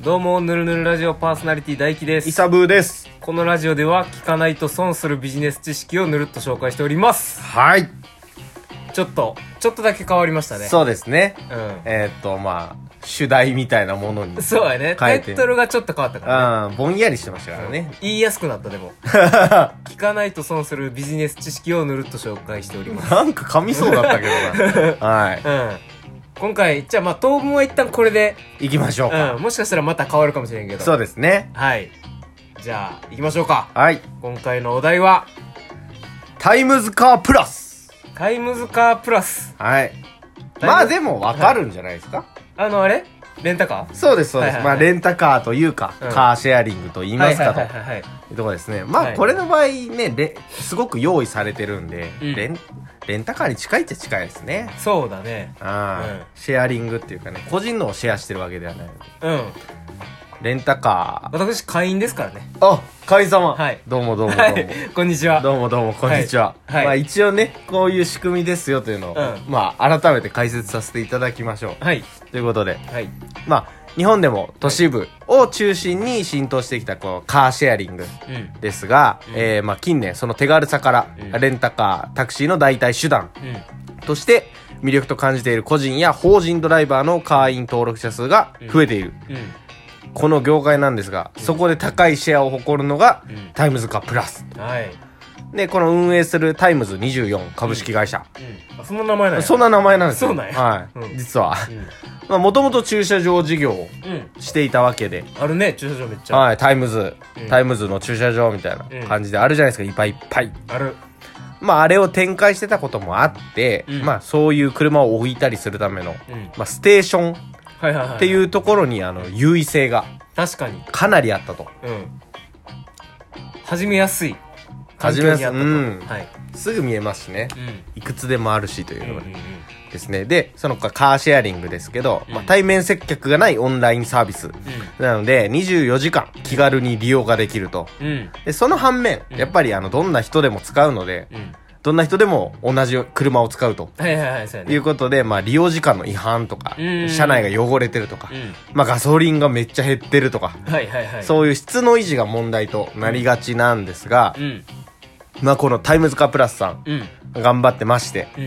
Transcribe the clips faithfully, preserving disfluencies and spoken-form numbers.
どうもぬるぬるラジオパーソナリティ大輝です。 イサブーです。 このラジオでは聞かないと損するビジネス知識をぬるっと紹介しております。 はい。 ちょっとちょっとだけ変わりましたね。 そうですね。 うん。 えー、っとまあ主題みたいなものにそうやね。タイトルがちょっと変わったからね。うん、ぼんやりしてましたからね。 うん、言いやすくなったでも。聞かないと損するビジネス知識をぬるっと紹介しております。 なんか噛みそうだったけどな。はい。 うん。今回じゃあまあ当分は一旦これで行きましょうか。 うん。もしかしたらまた変わるかもしれんけど。 そうですね。 はい。じゃあ行きましょうか。 はい。 今回のお題はタイムズカープラス。 タイムズカープラス。 はい。まあでもわかるんじゃないですか、はい、 あのあれレンタカー。 そうですそうです、はいはいはい、まあレンタカーというか、うん、カーシェアリングと言いますかと、 はいはいはいはい、 いうところですね。まあこれの場合ね、レすごく用意されてるんで、うん、レンレンタカーに近いっちゃ近いですね。 そうだね。 あ、うん、シェアリングっていうかね、個人のをシェアしてるわけではない。 うん。 レンタカー。 私会員ですからね。 あ、会員様。 はい。 どうもどうもどうも。はい、 こんにちは。 どうもどうもこんにちは。はい。まあ一応ね、こういう仕組みですよというのを、うん、まあ改めて解説させていただきましょう。 はい。 ということで、 はい。 まあ日本でも都市部を中心に浸透してきたこうカーシェアリングですが、うん、えー、まあ近年その手軽さからレンタカー、タクシーの代替手段として魅力と感じている個人や法人ドライバーの会員登録者数が増えている。うんうん、この業界なんですが、そこで高いシェアを誇るのが、うん、タイムズカープラス。 はい。 で、この運営するタイムズにじゅうよん株式会社。 うんうん、あ、そんな名前なんや。 そんな名前なんですよ。 そうなんや。 はい。 うん、 実は。まあ、もともと駐車場事業をしていたわけで。 うん、あるね、駐車場めっちゃ。 はい、タイムズ、うん、タイムズの駐車場みたいな感じであるじゃないですか、いっぱいいっぱい。 ある。 まあ、あれを展開してたこともあって、うん、まあ、そういう車を置いたりするための、うん、まあ、ステーションっていうところに、あの、優位性が。 確かに。 かなりあったと。 うん。始めやすい。 始めやすい。うん。 はい。 すぐ見えますしね。うん。いくつでもあるしというのが、ね、 うんうんうん、 ですね。で、そのカーシェアリングですけど、うん、まあ、対面接客がないオンラインサービス。うん、なので、にじゅうよじかん気軽に利用ができると。うん。で、その反面、やっぱりあの、どんな人でも使うので、うん、どんな人でも同じ車を使うと。 はいはいはい、そうやね。 いうことで、まあ利用時間の違反とか、車内が汚れてるとか、うん、まあガソリンがめっちゃ減ってるとか、 はいはいはい。 そういう質の維持が問題となりがちなんですが、うん、まあこのタイムズカープラスさん、うん、頑張ってまして、うん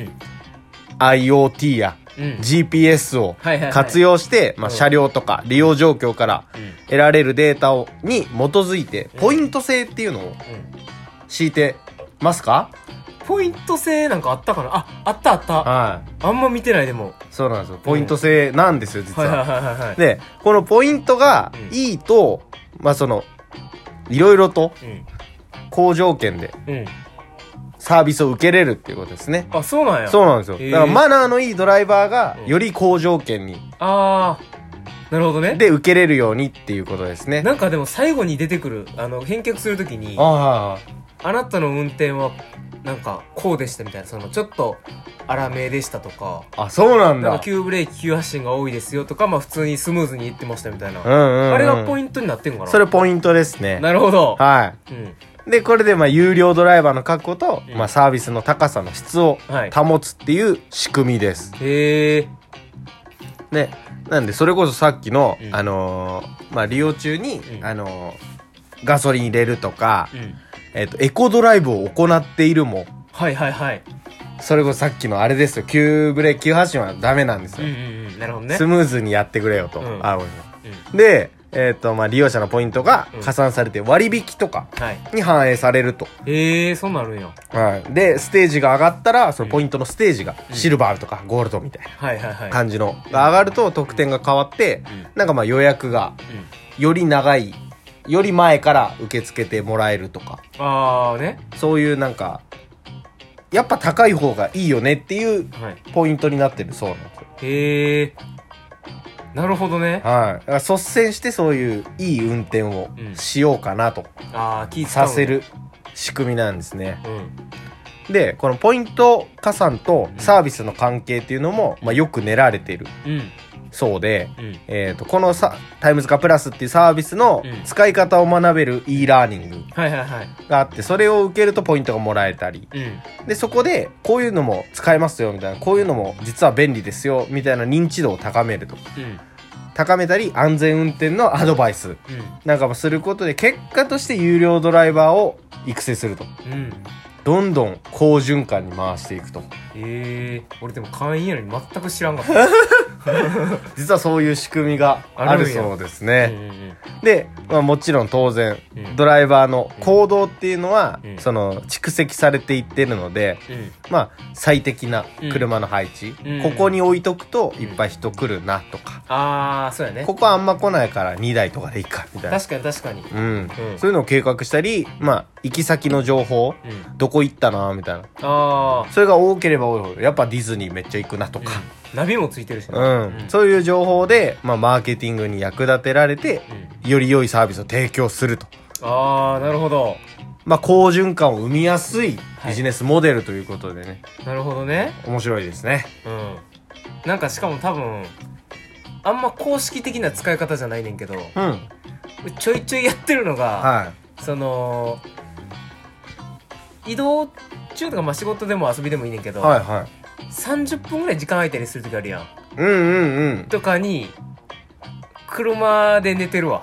、IoT や ジーピーエス を活用して、まあ車両とか利用状況から得られるデータをに基づいて、ポイント制っていうのを敷いてますか？ ポイント制なんかあったかなあ、あったあった。はい。あんま見てないでも。 そうなんですよ。ポイント制なんですよ、実は。 はいはいはいはい。 で、このポイントがいいと、うん、まあその、いろいろと、好条件で、サービスを受けれるっていうことですね。 あ、そうなんや。 そうなんですよ。だからマナーのいいドライバーが、より好条件に。 ああ。なるほどね。 で、受けれるようにっていうことですね。 なんかでも最後に出てくる、あの、返却するときに、 ああなたの運転は、なんか、こうでしたみたいな、その、ちょっと、荒めでしたとか。 あ、そうなんだ。 なんか、急ブレーキ、急発進が多いですよとか、まあ、普通にスムーズにいってましたみたいな。 うんうん、うん。 あれがポイントになってんのかな？ それポイントですね。 なるほど。 はい。うん。で、これで、まあ、有料ドライバーの確保と、うん、まあ、サービスの高さの質を保つっていう仕組みです。 はい、へえ。 で、なんで、それこそさっきの、うん、あのー、まあ、利用中に、うん、あのー、ガソリン入れるとか、うんえっと、エコドライブを行っているも。 はいはいはい。 それこそさっきのあれですよ。急ブレーキ、急発進はダメなんですよ。 うんうんうん。なるほどね。 スムーズにやってくれよと。うん、あ、ごめんなさい。 うん、 で、えっと、まあ、利用者のポイントが加算されて割引とかに反映されると。 うん、へえー、そうなるんや。 はい。で、ステージが上がったら、そのポイントのステージがシルバーとかゴールドみたいな感じのが上がると得点が変わって、なんかまあ予約がより長い、より前から受け付けてもらえるとか。 ああね。 そういうなんか、やっぱ高い方がいいよねっていうポイントになってるそうなんですよ。 へえ。なるほどね。 はい。だから率先してそういういい運転をしようかなと。うん、 ああ、気使う。 させる仕組みなんですね。うん、で、このポイント加算とサービスの関係っていうのも、まあ、よく練られている。うんそうで、うん、えっと、このさ、タイムズカプラスっていうサービスの使い方を学べる e ラーニングがあって、それを受けるとポイントがもらえたり、うん、で、そこで、こういうのも使えますよ、みたいな、こういうのも実は便利ですよ、みたいな認知度を高めると。 高めたり安全運転のアドバイスなんかもすることで結果として有料ドライバーを育成すると、 うん、 どんどん好循環に回していくと。 ええー、俺でも会員やのに全く知らんかった実はそういう仕組みがあるそうですね、うんうんうん、で、まあ、もちろん当然、うん、ドライバーの行動っていうのは、うん、その蓄積されていってるので、うん、まあ最適な車の配置、うん、ここに置いとくといっぱい人来るなとか、 うん、ああそうやね、 ここはあんま来ないからにだいとかでいいかみたいな、 確かに確かに、 うんうん、そういうのを計画したり、まあ行き先の情報、うん、どこ行ったなみたいな、あそれが多ければ多いほどやっぱディズニーめっちゃ行くなとか、 うん、ナビもついてるしね、 うんうん、そういう情報で、まあ、マーケティングに役立てられて、うん、より良いサービスを提供すると。 ああなるほど、 まあ好循環を生みやすいビジネスモデルということでね、 はい、なるほどね、 面白いですね。 うんなんかしかも多分あんま公式的な使い方じゃないねんけど、うん、ちょいちょいやってるのが、はい、その移動中とか、まあ仕事でも遊びでもいいねんけど、はいはい、さんじゅっぷんぐらい時間空いたりする時あるやん、 うんうんうん、 とかに車で寝てるわ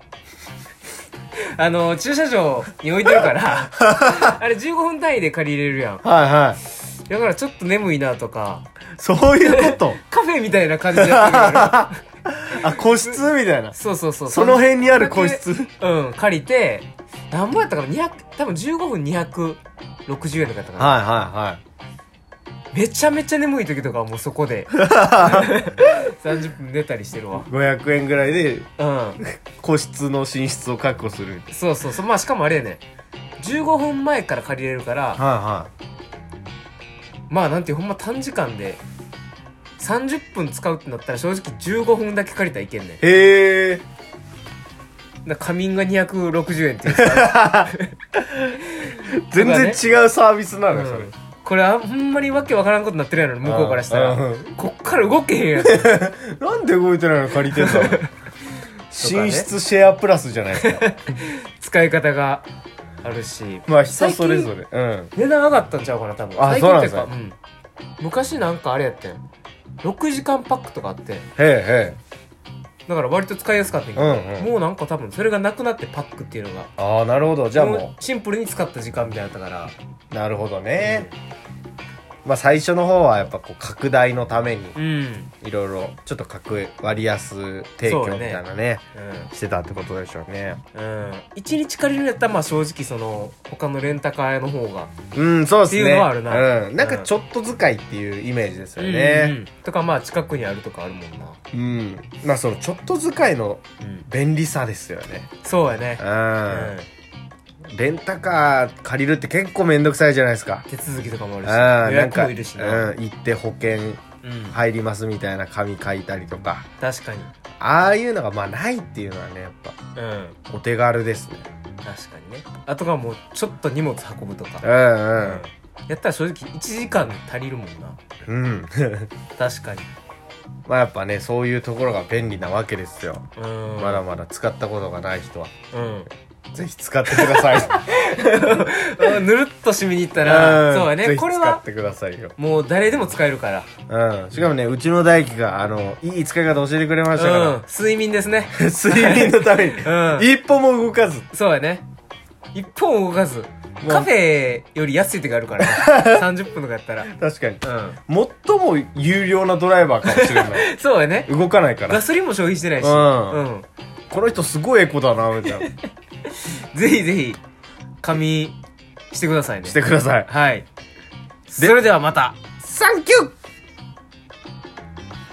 あの駐車場に置いてるからあれじゅうごふん単位で借りれるやん、 はいはい、 だからちょっと眠いなとか、 そういうことカフェみたいな感じでやってるからあ、個室みたいな、 そうそうそう、 その辺にある個室、 うん借りて、何ぼやったかな、にひゃく多分じゅうごふんにひゃくろくじゅうえんとかやったかな、 はいはいはい、 めちゃめちゃ眠い時とかはもうそこでさんじゅっぷん寝たりしてるわ。 ごひゃくえんぐらいで、うん、個室の寝室を確保する。 そうそうそう、まあしかもあれやね、じゅうごふんまえから借りれるから、はいはい、まあなんていうほんま短時間でさんじゅっぷん使うってなったら正直じゅうごふんだけ借りたらいけんねん。 へえ。 だ仮眠がにひゃくろくじゅうえんっていうか全然違うサービスなのよ、それ、うん、 これはほんまにわけわからんことになってるやろ、向こうからしたら、こっから動けへんやんなんで動いてないの借りてんだろう寝室シェアプラスじゃないですか使い方があるし、 まあ人それぞれ、うん、 値段上がったんちゃうかな多分。 あ、 最近っていうか、 うん、昔なんかあれやってん、ろくじかんパックとかあって、へえへえ、 だから割と使いやすかったんやけど、うんうん、もうなんか多分それがなくなって、パックっていうのが、 ああなるほど、じゃあもうシンプルに使った時間みたいだったから。 なるほどね、うん、まあ最初の方はやっぱこう拡大のためにいろいろちょっと格割安提供みたいな ね, ね、うん、してたってことでしょうね。 うんいちにち借りるんやったらまあ正直その他のレンタカー屋の方が、 うんそうですね、っていうのはあるな、 うん、なんかちょっと使いっていうイメージですよね、うんうん、 とかまあ近くにあるとかあるもんな。 うんまあそのちょっと使いの便利さですよね、 うん、そうやね、 うん、うんレンタカー借りるって結構めんどくさいじゃないですか。 手続きとかもあるし、 予約もいるしな、うん、行って保険入りますみたいな紙書いたりとか、 確かにああいうのがまあないっていうのはね、やっぱ、うん、お手軽ですね。 確かにね。あとがもうちょっと荷物運ぶとか、 うんうん、うん、 やったら正直いちじかん足りるもんな。 うん確かに。 まあやっぱね、そういうところが便利なわけですよ。うん、まだまだ使ったことがない人は、うんぜひ使ってくださいぬるっと締めに行ったら、そうやね、これは使ってくださいよ。 もう誰でも使えるから。 うん。しかもね、うちの大輝があのいい使い方教えてくれましたから、うん、 睡眠ですね睡眠のために、うん、一歩も動かず。 そうやね、一歩も動かず。カフェより安い時あるからねさんじゅっぷんとかやったら。 確かに、うん、最も有料なドライバーかもしれないそうやね、 動かないからガソリンも消費してないし、 うん、うん、この人すごいエコだなみたいなぜひぜひ加味してくださいね。 してください。 はい。それではまた。 サンキュー。